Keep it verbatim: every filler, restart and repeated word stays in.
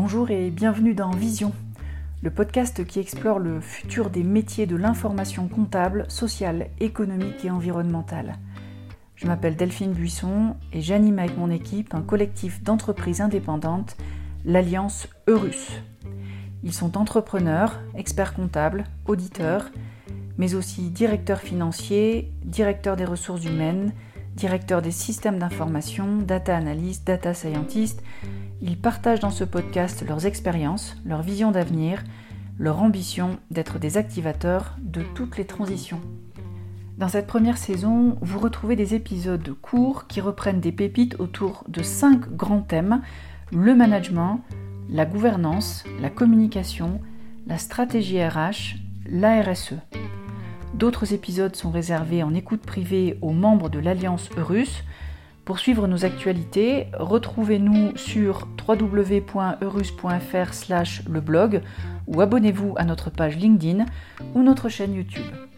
Bonjour et bienvenue dans Vision, le podcast qui explore le futur des métiers de l'information comptable, sociale, économique et environnementale. Je m'appelle Delphine Buisson et j'anime avec mon équipe un collectif d'entreprises indépendantes, l'Alliance Eurus. Ils sont entrepreneurs, experts comptables, auditeurs, mais aussi directeurs financiers, directeurs des ressources humaines, directeurs des systèmes d'information, data analyst, data scientist. Ils partagent dans ce podcast leurs expériences, leur vision d'avenir, leur ambition d'être des activateurs de toutes les transitions. Dans cette première saison, vous retrouvez des épisodes courts qui reprennent des pépites autour de cinq grands thèmes: le management, la gouvernance, la communication, la stratégie R H, la R S E. D'autres épisodes sont réservés en écoute privée aux membres de l'Alliance Eurus. Pour suivre nos actualités, retrouvez-nous sur w w w point eurus point f r slash le blog ou abonnez-vous à notre page LinkedIn ou notre chaîne YouTube.